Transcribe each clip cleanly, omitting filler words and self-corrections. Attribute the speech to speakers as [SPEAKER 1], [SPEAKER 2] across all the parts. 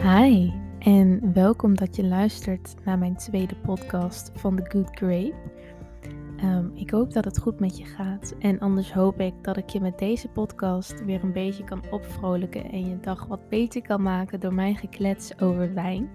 [SPEAKER 1] Hi en welkom dat je luistert naar mijn tweede podcast van The Good Grape. Ik hoop dat het goed met je gaat en anders hoop ik dat ik je met deze podcast weer een beetje kan opvrolijken en je dag wat beter kan maken door mijn geklets over wijn.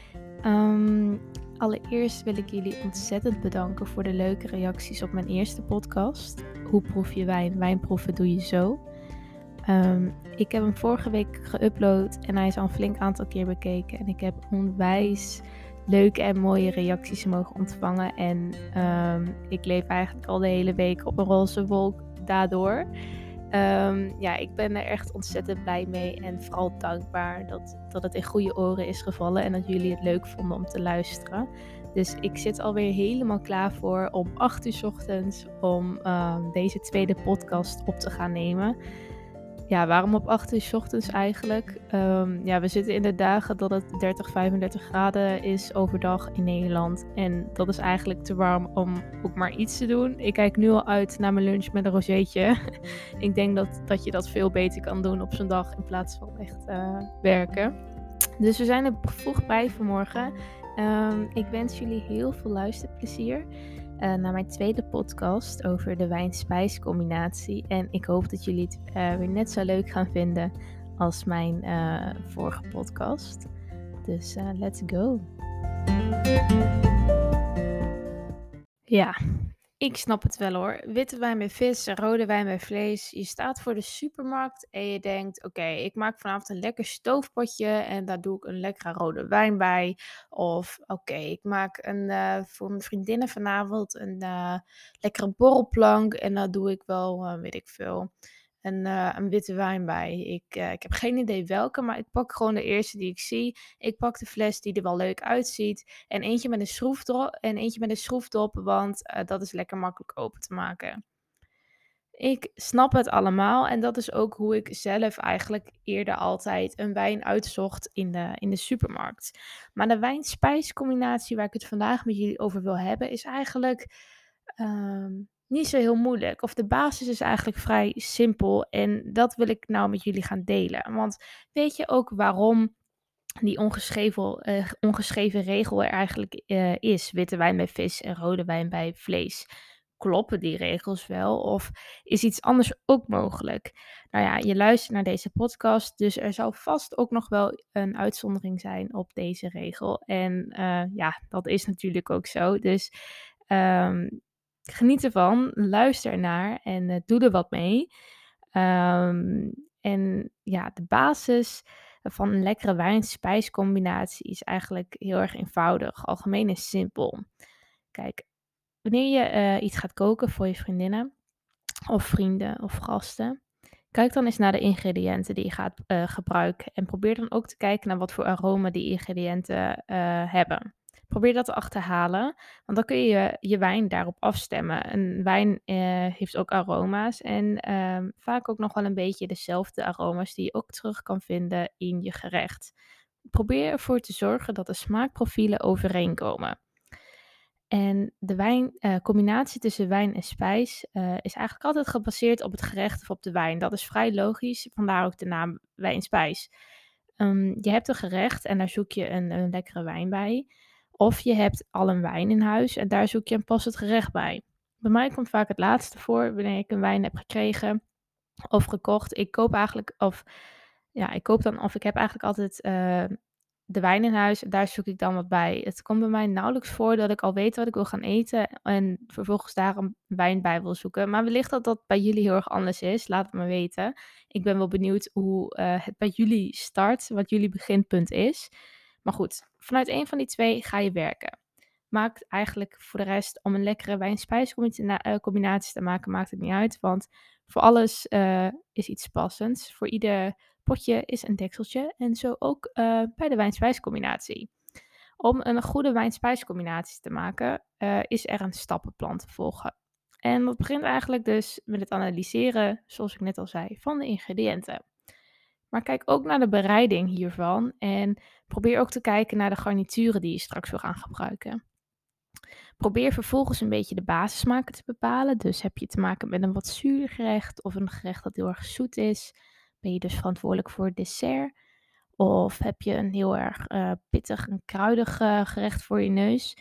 [SPEAKER 1] Allereerst wil ik jullie ontzettend bedanken voor de leuke reacties op mijn eerste podcast. Hoe proef je wijn? Wijnproeven doe je zo. Ik heb hem vorige week geüpload en hij is al een flink aantal keer bekeken. En ik heb onwijs leuke en mooie reacties mogen ontvangen. En ik leef eigenlijk al de hele week op een roze wolk daardoor. Ik ben er echt ontzettend blij mee en vooral dankbaar dat het in goede oren is gevallen en dat jullie het leuk vonden om te luisteren. Dus ik zit alweer helemaal klaar voor om 8 uur 's ochtends om deze tweede podcast op te gaan nemen. Ja, waarom op 8 uur 's ochtends eigenlijk? We zitten in de dagen dat het 30, 35 graden is overdag in Nederland. En dat is eigenlijk te warm om ook maar iets te doen. Ik kijk nu al uit naar mijn lunch met een rozeetje. Ik denk dat je dat veel beter kan doen op zo'n dag in plaats van echt werken. Dus we zijn er vroeg bij vanmorgen. Ik wens jullie heel veel luisterplezier naar mijn tweede podcast over de wijn-spijs combinatie. En ik hoop dat jullie het weer net zo leuk gaan vinden als mijn vorige podcast. Dus let's go! Ja, ik snap het wel hoor. Witte wijn bij vis, rode wijn bij vlees. Je staat voor de supermarkt en je denkt, oké, ik maak vanavond een lekker stoofpotje en daar doe ik een lekkere rode wijn bij. Of oké, ik maak voor mijn vriendinnen vanavond een lekkere borrelplank en daar doe ik wel, weet ik veel, een witte wijn bij. Ik heb geen idee welke, maar ik pak gewoon de eerste die ik zie. Ik pak de fles die er wel leuk uitziet. En eentje met een schroefdop, want dat is lekker makkelijk open te maken. Ik snap het allemaal en dat is ook hoe ik zelf eigenlijk eerder altijd een wijn uitzocht in de supermarkt. Maar de wijn-spijscombinatie waar ik het vandaag met jullie over wil hebben is eigenlijk ehm, niet zo heel moeilijk. Of de basis is eigenlijk vrij simpel en dat wil ik nou met jullie gaan delen. Want weet je ook waarom die ongeschreven regel er eigenlijk is? Witte wijn bij vis en rode wijn bij vlees. Kloppen die regels wel of is iets anders ook mogelijk? Nou ja, je luistert naar deze podcast, dus er zal vast ook nog wel een uitzondering zijn op deze regel. En dat is natuurlijk ook zo. Dus ehm, geniet ervan, luister ernaar en doe er wat mee. De basis van een lekkere wijn-spijscombinatie is eigenlijk heel erg eenvoudig. Algemeen is simpel. Kijk, wanneer je iets gaat koken voor je vriendinnen of vrienden of gasten, kijk dan eens naar de ingrediënten die je gaat gebruiken. En probeer dan ook te kijken naar wat voor aroma die ingrediënten hebben. Probeer dat te achterhalen, want dan kun je je wijn daarop afstemmen. Een wijn heeft ook aroma's en vaak ook nog wel een beetje dezelfde aroma's die je ook terug kan vinden in je gerecht. Probeer ervoor te zorgen dat de smaakprofielen overeenkomen. En de combinatie tussen wijn en spijs is eigenlijk altijd gebaseerd op het gerecht of op de wijn. Dat is vrij logisch, vandaar ook de naam wijn-spijs. Je hebt een gerecht en daar zoek je een lekkere wijn bij. Of je hebt al een wijn in huis en daar zoek je een passend gerecht bij. Bij mij komt vaak het laatste voor wanneer ik een wijn heb gekregen of gekocht. Ik heb eigenlijk altijd de wijn in huis. Daar zoek ik dan wat bij. Het komt bij mij nauwelijks voor dat ik al weet wat ik wil gaan eten en vervolgens daar een wijn bij wil zoeken. Maar wellicht dat dat bij jullie heel erg anders is. Laat het me weten. Ik ben wel benieuwd hoe het bij jullie start, wat jullie beginpunt is. Maar goed, vanuit een van die twee ga je werken. Maakt eigenlijk voor de rest om een lekkere wijn-spijscombinatie te maken, maakt het niet uit. Want voor alles is iets passends. Voor ieder potje is een dekseltje. En zo ook bij de wijn-spijscombinatie. Om een goede wijn-spijscombinatie te maken, is er een stappenplan te volgen. En dat begint eigenlijk dus met het analyseren, zoals ik net al zei, van de ingrediënten. Maar kijk ook naar de bereiding hiervan en probeer ook te kijken naar de garnituren die je straks wil gaan gebruiken. Probeer vervolgens een beetje de basissmaken te bepalen. Dus heb je te maken met een wat zuur gerecht of een gerecht dat heel erg zoet is, ben je dus verantwoordelijk voor het dessert. Of heb je een heel erg pittig en kruidig gerecht voor je neus?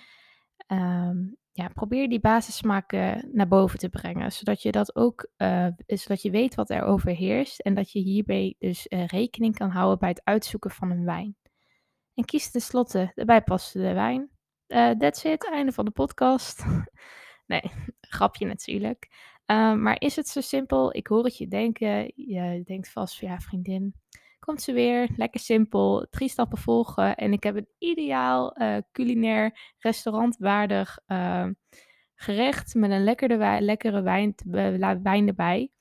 [SPEAKER 1] Ja, probeer die basissmaken naar boven te brengen, zodat je dat ook, zodat je weet wat er overheerst en dat je hierbij dus rekening kan houden bij het uitzoeken van een wijn. En kies tenslotte de bijpassende wijn. That's it, einde van de podcast. Nee, grapje natuurlijk. Maar is het zo simpel? Ik hoor het je denken. Je denkt vast van ja, vriendin, komt ze weer. Lekker simpel. 3 stappen volgen. En ik heb een ideaal culinair restaurantwaardig gerecht met een lekkere wijn erbij.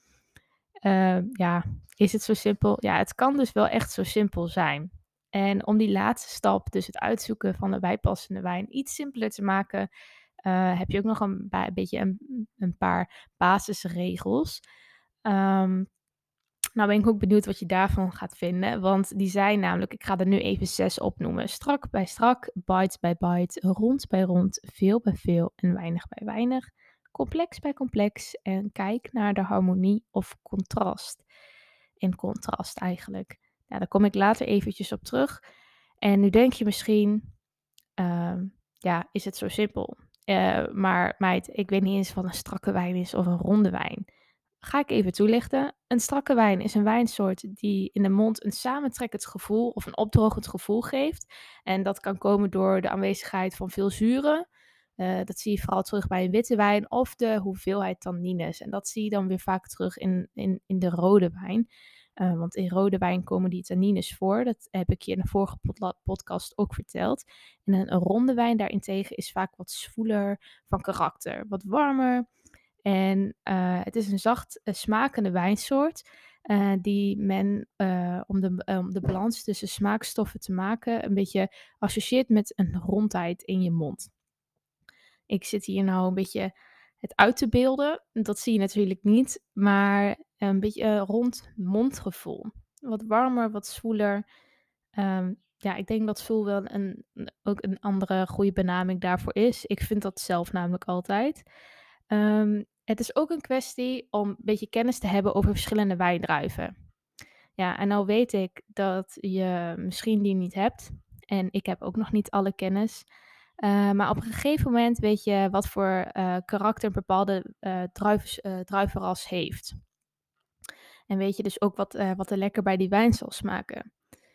[SPEAKER 1] Ja, is het zo simpel? Ja, het kan dus wel echt zo simpel zijn. En om die laatste stap, dus het uitzoeken van de bijpassende wijn, iets simpeler te maken, heb je ook nog beetje een paar basisregels. Ehm, nou ben ik ook benieuwd wat je daarvan gaat vinden, want die zijn namelijk, ik ga er nu even 6 opnoemen. Strak bij strak, bite bij bite, rond bij rond, veel bij veel en weinig bij weinig. Complex bij complex en kijk naar de harmonie of contrast. In contrast eigenlijk. Nou, daar kom ik later eventjes op terug. En nu denk je misschien, ja, is het zo simpel? Maar meid, ik weet niet eens wat een strakke wijn is of een ronde wijn. Ga ik even toelichten. Een strakke wijn is een wijnsoort die in de mond een samentrekkend gevoel of een opdrogend gevoel geeft. En dat kan komen door de aanwezigheid van veel zuren. Dat zie je vooral terug bij een witte wijn of de hoeveelheid tannines. En dat zie je dan weer vaak terug in de rode wijn. Want in rode wijn komen die tannines voor. Dat heb ik je in de vorige podcast ook verteld. En een ronde wijn daarentegen is vaak wat zwoeler van karakter. Wat warmer. En het is een zacht smakende wijnsoort. Die men, om de balans tussen smaakstoffen te maken, een beetje associeert met een rondheid in je mond. Ik zit hier nou een beetje het uit te beelden. Dat zie je natuurlijk niet, maar een beetje een rond mondgevoel. Wat warmer, wat zwoeler. Ja, ik denk dat zwoel wel ook een andere goede benaming daarvoor is. Ik vind dat zelf namelijk altijd. Het is ook een kwestie om een beetje kennis te hebben over verschillende wijndruiven. Ja, en nou weet ik dat je misschien die niet hebt. En ik heb ook nog niet alle kennis. Maar op een gegeven moment weet je wat voor karakter een bepaalde druivenras heeft. En weet je dus ook wat er lekker bij die wijn zal smaken.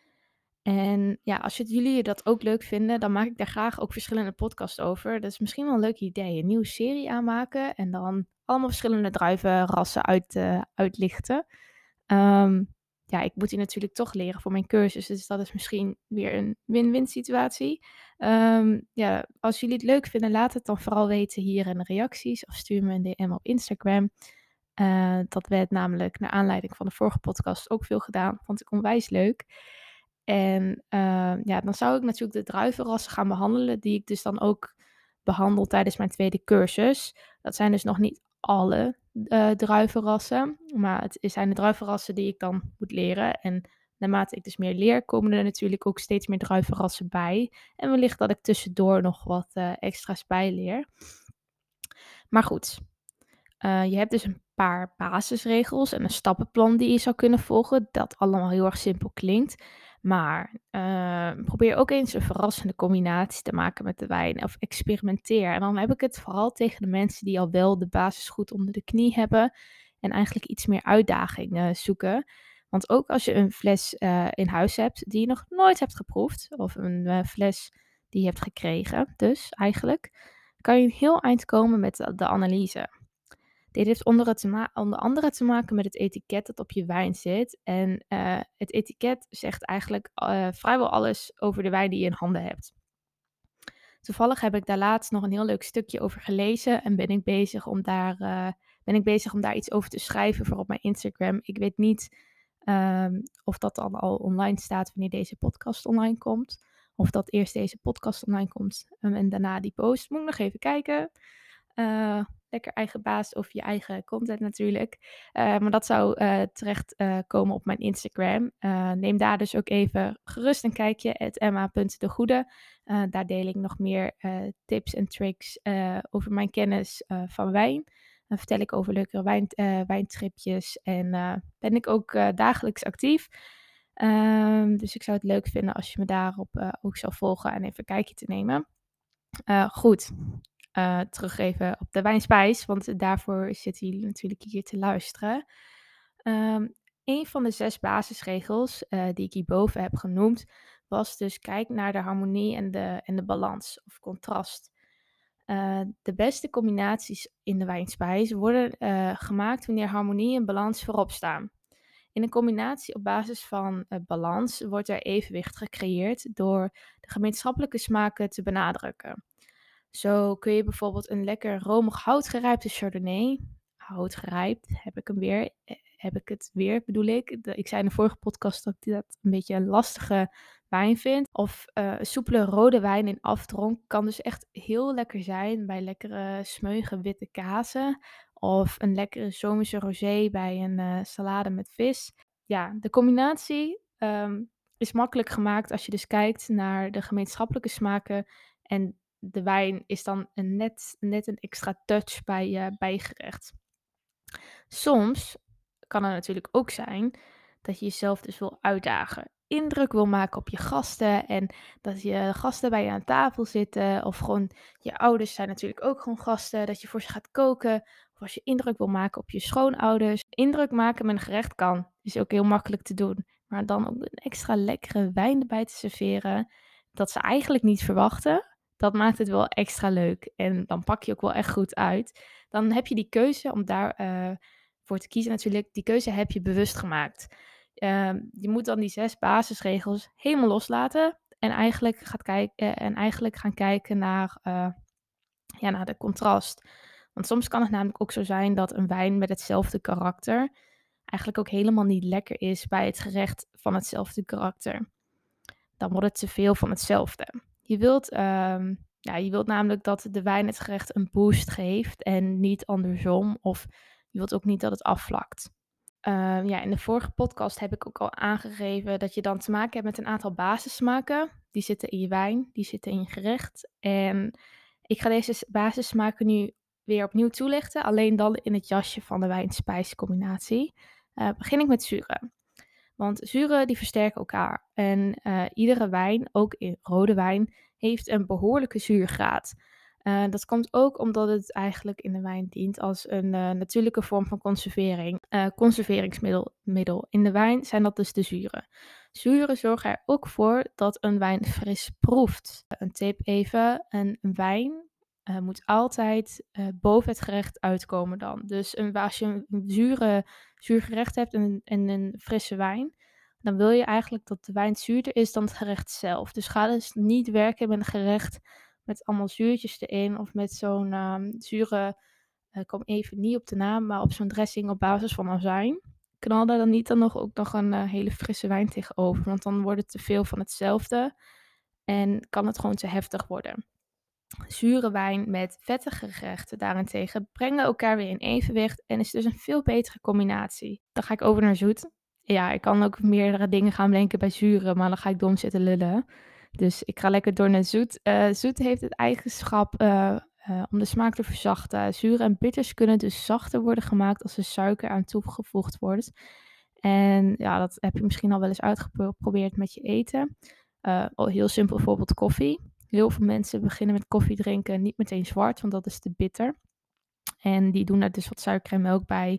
[SPEAKER 1] En ja, als jullie dat ook leuk vinden, dan maak ik daar graag ook verschillende podcasts over. Dat is misschien wel een leuk idee. Een nieuwe serie aanmaken en dan allemaal verschillende druivenrassen uitlichten. Ehm, ja, ik moet die natuurlijk toch leren voor mijn cursus, dus dat is misschien weer een win-win situatie. Ja, als jullie het leuk vinden, laat het dan vooral weten hier in de reacties of stuur me een DM op Instagram. Dat werd namelijk naar aanleiding van de vorige podcast ook veel gedaan. Vond ik onwijs leuk. En ja, dan zou ik natuurlijk de druivenrassen gaan behandelen, die ik dus dan ook behandel tijdens mijn tweede cursus. Dat zijn dus nog niet alle druivenrassen, maar het zijn de druivenrassen die ik dan moet leren. En naarmate ik dus meer leer, komen er natuurlijk ook steeds meer druivenrassen bij. En wellicht dat ik tussendoor nog wat extra's bijleer. Maar goed, je hebt dus een paar basisregels en een stappenplan die je zou kunnen volgen, dat allemaal heel erg simpel klinkt. Maar probeer ook eens een verrassende combinatie te maken met de wijn of experimenteer. En dan heb ik het vooral tegen de mensen die al wel de basis goed onder de knie hebben en eigenlijk iets meer uitdaging zoeken. Want ook als je een fles in huis hebt die je nog nooit hebt geproefd, of een fles die je hebt gekregen, dus eigenlijk, kan je een heel eind komen met de analyse. Dit heeft onder andere te maken met het etiket dat op je wijn zit. En het etiket zegt eigenlijk vrijwel alles over de wijn die je in handen hebt. Toevallig heb ik daar laatst nog een heel leuk stukje over gelezen en ben ik bezig om daar iets over te schrijven voor op mijn Instagram. Ik weet niet of dat dan al online staat wanneer deze podcast online komt. Of dat eerst deze podcast online komt en daarna die post. Moet ik nog even kijken. Lekker eigen baas over je eigen content natuurlijk. Maar dat zou terecht komen op mijn Instagram. Neem daar dus ook even gerust een kijkje, @emma.degoede. Daar deel ik nog meer tips en tricks over mijn kennis van wijn. Dan vertel ik over leuke wijntripjes en ben ik ook dagelijks actief. Dus ik zou het leuk vinden als je me daarop ook zou volgen en even een kijkje te nemen. Goed, terug even op de wijnspijs, want daarvoor zitten jullie natuurlijk hier te luisteren. Ehm Een van de 6 basisregels, die ik hierboven heb genoemd, was dus kijk naar de harmonie en de balans of contrast. De beste combinaties in de wijnspijs worden gemaakt wanneer harmonie en balans voorop staan. In een combinatie op basis van balans wordt er evenwicht gecreëerd door de gemeenschappelijke smaken te benadrukken. Zo kun je bijvoorbeeld een lekker romig houtgerijpte Chardonnay, houtgerijpt, heb ik het weer bedoel ik. Ik zei in de vorige podcast dat ik dat een beetje een lastige wijn vind. Of een soepele rode wijn in afdronk kan dus echt heel lekker zijn bij lekkere smeuïge witte kazen. Of een lekkere zomerse rosé bij een salade met vis. Ja, de combinatie is makkelijk gemaakt als je dus kijkt naar de gemeenschappelijke smaken. En de wijn is dan net een extra touch bij je gerecht. Soms kan het natuurlijk ook zijn dat je jezelf dus wil uitdagen. Indruk wil maken op je gasten en dat je gasten bij je aan tafel zitten. Of gewoon je ouders zijn natuurlijk ook gewoon gasten, dat je voor ze gaat koken. Of als je indruk wil maken op je schoonouders. Indruk maken met een gerecht kan, is ook heel makkelijk te doen. Maar dan ook een extra lekkere wijn erbij te serveren, dat ze eigenlijk niet verwachten, dat maakt het wel extra leuk. En dan pak je ook wel echt goed uit. Dan heb je die keuze om daar voor te kiezen natuurlijk. Die keuze heb je bewust gemaakt. Je moet dan die 6 basisregels helemaal loslaten en eigenlijk gaan kijken naar, ja, naar de contrast. Want soms kan het namelijk ook zo zijn dat een wijn met hetzelfde karakter eigenlijk ook helemaal niet lekker is bij het gerecht van hetzelfde karakter. Dan wordt het te veel van hetzelfde. Je wilt namelijk dat de wijn het gerecht een boost geeft en niet andersom. Of je wilt ook niet dat het afvlakt. Ja, in de vorige podcast heb ik ook al aangegeven dat je dan te maken hebt met een aantal basissmaken. Die zitten in je wijn, die zitten in je gerecht. En ik ga deze basissmaken nu weer opnieuw toelichten, alleen dan in het jasje van de wijn-spijs-combinatie. Begin ik met zuren. Want zuren die versterken elkaar. En iedere wijn, ook in rode wijn, heeft een behoorlijke zuurgraad. Dat komt ook omdat het eigenlijk in de wijn dient als een natuurlijke vorm van conservering. Conserveringsmiddel. In de wijn zijn dat dus de zuren. Zuren zorgen er ook voor dat een wijn fris proeft. Een tip even, een wijn moet altijd boven het gerecht uitkomen dan. Dus als je een zuur gerecht hebt en een frisse wijn, dan wil je eigenlijk dat de wijn zuurder is dan het gerecht zelf. Dus ga dus niet werken met een gerecht met allemaal zuurtjes erin of met zo'n zure, ik kom even niet op de naam, maar op zo'n dressing op basis van azijn. Knal daar dan niet dan nog ook nog een hele frisse wijn tegenover, want dan wordt het te veel van hetzelfde en kan het gewoon te heftig worden. Zure wijn met vettige gerechten daarentegen brengen elkaar weer in evenwicht en is dus een veel betere combinatie. Dan ga ik over naar zoet. Ja, ik kan ook meerdere dingen gaan bedenken bij zure, maar dan ga ik dom zitten lullen. Dus ik ga lekker door naar zoet. Zoet heeft het eigenschap om de smaak te verzachten. Zuren en bitters kunnen dus zachter worden gemaakt als er suiker aan toegevoegd wordt. En ja, dat heb je misschien al wel eens uitgeprobeerd met je eten. Heel simpel bijvoorbeeld koffie. Heel veel mensen beginnen met koffie drinken niet meteen zwart, want dat is te bitter. En die doen daar dus wat suiker en melk bij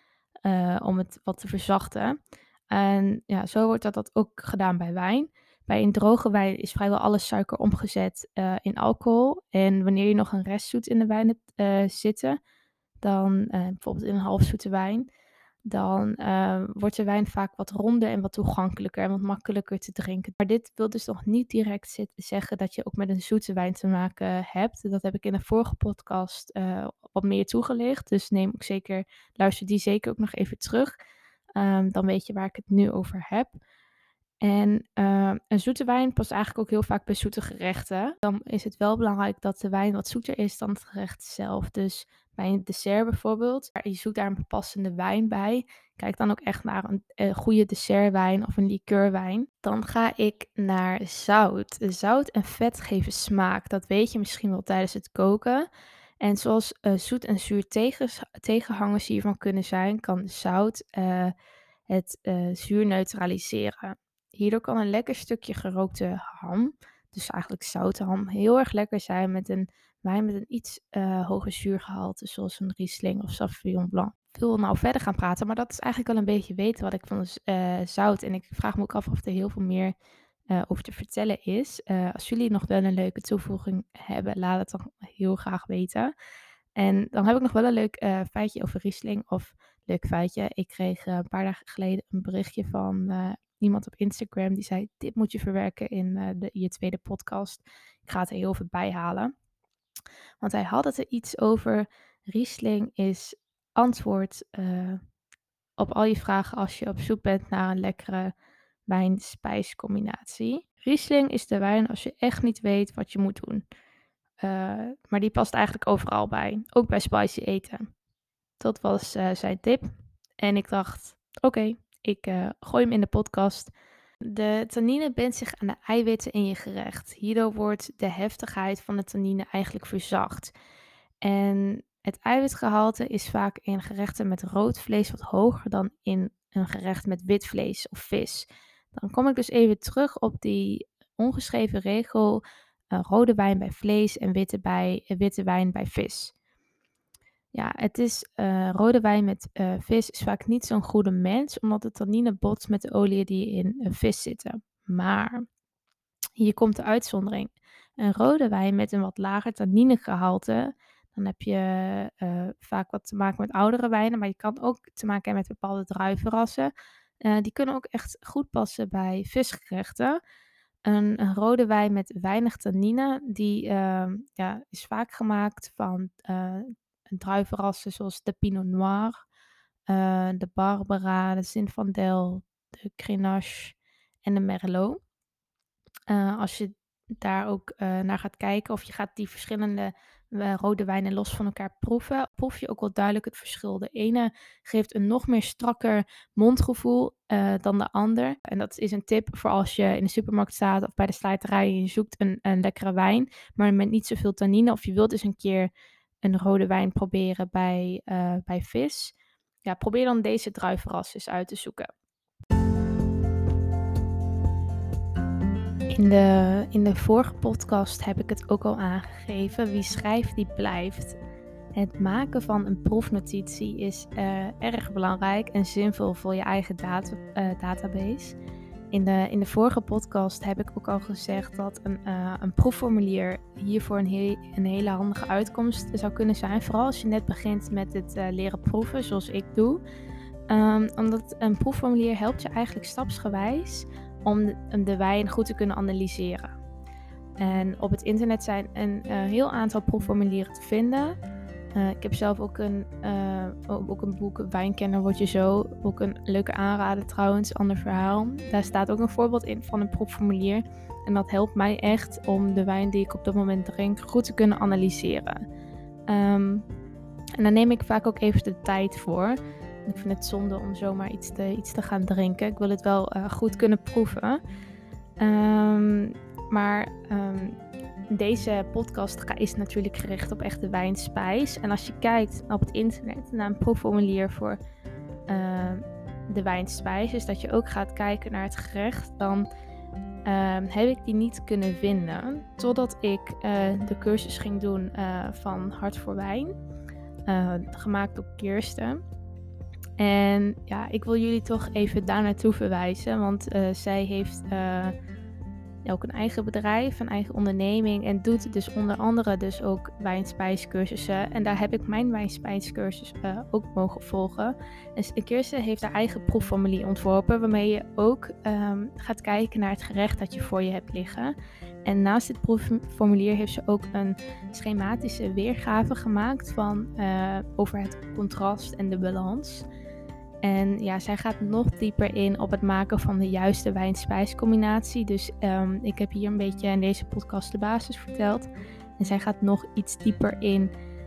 [SPEAKER 1] om het wat te verzachten. En ja, zo wordt dat ook gedaan bij wijn. Bij een droge wijn is vrijwel alle suiker omgezet in alcohol. En wanneer je nog een restzoet in de wijn hebt zitten, dan bijvoorbeeld in een halfzoete wijn, dan wordt de wijn vaak wat ronder en wat toegankelijker en wat makkelijker te drinken. Maar dit wil dus nog niet direct zeggen dat je ook met een zoete wijn te maken hebt. Dat heb ik in de vorige podcast wat meer toegelicht. Dus luister die zeker ook nog even terug. Dan weet je waar ik het nu over heb. En een zoete wijn past eigenlijk ook heel vaak bij zoete gerechten. Dan is het wel belangrijk dat de wijn wat zoeter is dan het gerecht zelf. Dus bij een dessert bijvoorbeeld, je zoekt daar een passende wijn bij. Kijk dan ook echt naar een goede dessertwijn of een liqueurwijn. Dan ga ik naar zout. Zout en vet geven smaak. Dat weet je misschien wel tijdens het koken. En zoals zoet en zuur tegenhangers hiervan kunnen zijn, kan zout het zuur neutraliseren. Hierdoor kan een lekker stukje gerookte ham, dus eigenlijk zoute ham, heel erg lekker zijn met een wijn met een iets hoger zuurgehalte, zoals een Riesling of Sauvignon Blanc. Ik wil nou verder gaan praten, maar dat is eigenlijk al een beetje weten wat ik van zout. En ik vraag me ook af of er heel veel meer over te vertellen is. Als jullie nog wel een leuke toevoeging hebben, laat het dan heel graag weten. En dan heb ik nog wel een leuk feitje over Riesling, of leuk feitje. Ik kreeg een paar dagen geleden een berichtje van iemand op Instagram die zei: dit moet je verwerken in je tweede podcast. Ik ga het er heel even bij halen. Want hij had het er iets over. Riesling is antwoord op al je vragen als je op zoek bent naar een lekkere wijn-spijscombinatie. Riesling is de wijn als je echt niet weet wat je moet doen. Maar die past eigenlijk overal bij. Ook bij spicy eten. Dat was zijn tip. En ik dacht, oké, ik gooi hem in de podcast. De tannine bindt zich aan de eiwitten in je gerecht. Hierdoor wordt de heftigheid van de tannine eigenlijk verzacht. En het eiwitgehalte is vaak in gerechten met rood vlees wat hoger dan in een gerecht met wit vlees of vis. Dan kom ik dus even terug op die ongeschreven regel: rode wijn bij vlees en witte wijn bij vis. Ja, het is rode wijn met vis is vaak niet zo'n goede match, omdat de tannine botst met de oliën die in vis zitten. Maar hier komt de uitzondering. Een rode wijn met een wat lager tanninegehalte, dan heb je vaak wat te maken met oudere wijnen, maar je kan ook te maken hebben met bepaalde druivenrassen. Die kunnen ook echt goed passen bij visgerechten. Een rode wijn met weinig tannine, die is vaak gemaakt van druivenrassen zoals de Pinot Noir, de Barbera, de Zinfandel, de Grenache en de Merlot. Als je daar ook naar gaat kijken of je gaat die verschillende rode wijnen los van elkaar proeven, proef je ook wel duidelijk het verschil. De ene geeft een nog meer strakker mondgevoel dan de ander. En dat is een tip voor als je in de supermarkt staat of bij de slijterij en je zoekt een lekkere wijn, maar met niet zoveel tannine, of je wilt dus een keer een rode wijn proberen bij vis. Ja, probeer dan deze druivenras eens uit te zoeken. In de vorige podcast heb ik het ook al aangegeven. Wie schrijft, die blijft. Het maken van een proefnotitie is erg belangrijk en zinvol voor je eigen database. In de vorige podcast heb ik ook al gezegd dat een proefformulier hiervoor een hele handige uitkomst zou kunnen zijn. Vooral als je net begint met het leren proeven, zoals ik doe. Omdat een proefformulier helpt je eigenlijk stapsgewijs om de wijn goed te kunnen analyseren. En op het internet zijn een heel aantal proefformulieren te vinden. Ik heb zelf ook een boek, Wijnkenner word je zo. Ook een leuke aanrader trouwens, ander verhaal. Daar staat ook een voorbeeld in van een proefformulier. En dat helpt mij echt om de wijn die ik op dat moment drink goed te kunnen analyseren. En daar neem ik vaak ook even de tijd voor. Ik vind het zonde om zomaar iets te gaan drinken. Ik wil het wel goed kunnen proeven. Maar deze podcast is natuurlijk gericht op echte wijnspijs. En als je kijkt op het internet naar een proefformulier voor de wijnspijs, dus dat je ook gaat kijken naar het gerecht, dan heb ik die niet kunnen vinden. Totdat ik de cursus ging doen van Hart voor Wijn. Gemaakt door Kirsten. En ja, ik wil jullie toch even daar naartoe verwijzen, want zij heeft ook een eigen bedrijf, een eigen onderneming en doet dus onder andere dus ook wijnspijscursussen. En daar heb ik mijn wijnspijscursus ook mogen volgen. Dus Kirsten heeft haar eigen proefformulier ontworpen, waarmee je ook gaat kijken naar het gerecht dat je voor je hebt liggen. En naast dit proefformulier heeft ze ook een schematische weergave gemaakt van over het contrast en de balans. En ja, zij gaat nog dieper in op het maken van de juiste wijn-spijscombinatie. Dus ik heb hier een beetje in deze podcast de basis verteld. En zij gaat nog iets dieper in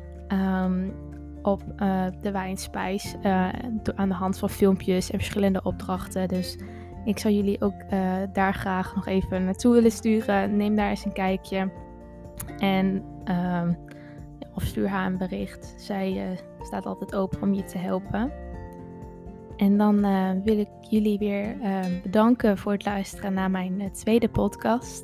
[SPEAKER 1] op de wijn-spijs aan de hand van filmpjes en verschillende opdrachten. Dus ik zou jullie ook daar graag nog even naartoe willen sturen. Neem daar eens een kijkje. En of stuur haar een bericht. Zij staat altijd open om je te helpen. En dan wil ik jullie weer bedanken voor het luisteren naar mijn tweede podcast.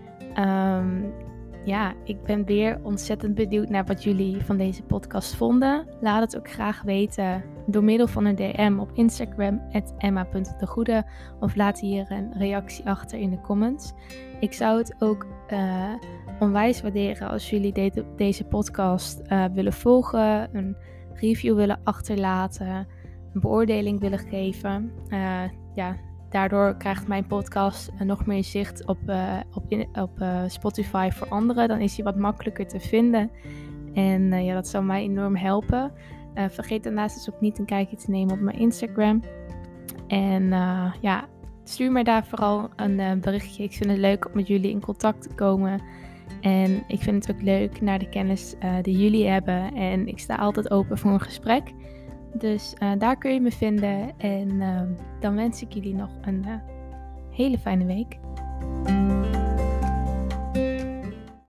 [SPEAKER 1] Ik ben weer ontzettend benieuwd naar wat jullie van deze podcast vonden. Laat het ook graag weten door middel van een DM op Instagram @emma.degoede of laat hier een reactie achter in de comments. Ik zou het ook onwijs waarderen als jullie deze podcast willen volgen, een review willen achterlaten, een beoordeling willen geven. Daardoor krijgt mijn podcast nog meer zicht op Spotify voor anderen. Dan is hij wat makkelijker te vinden. En dat zou mij enorm helpen. Vergeet daarnaast dus ook niet een kijkje te nemen op mijn Instagram. En stuur mij daar vooral een berichtje. Ik vind het leuk om met jullie in contact te komen. En ik vind het ook leuk naar de kennis die jullie hebben. En ik sta altijd open voor een gesprek. Dus daar kun je me vinden. En dan wens ik jullie nog een hele fijne week.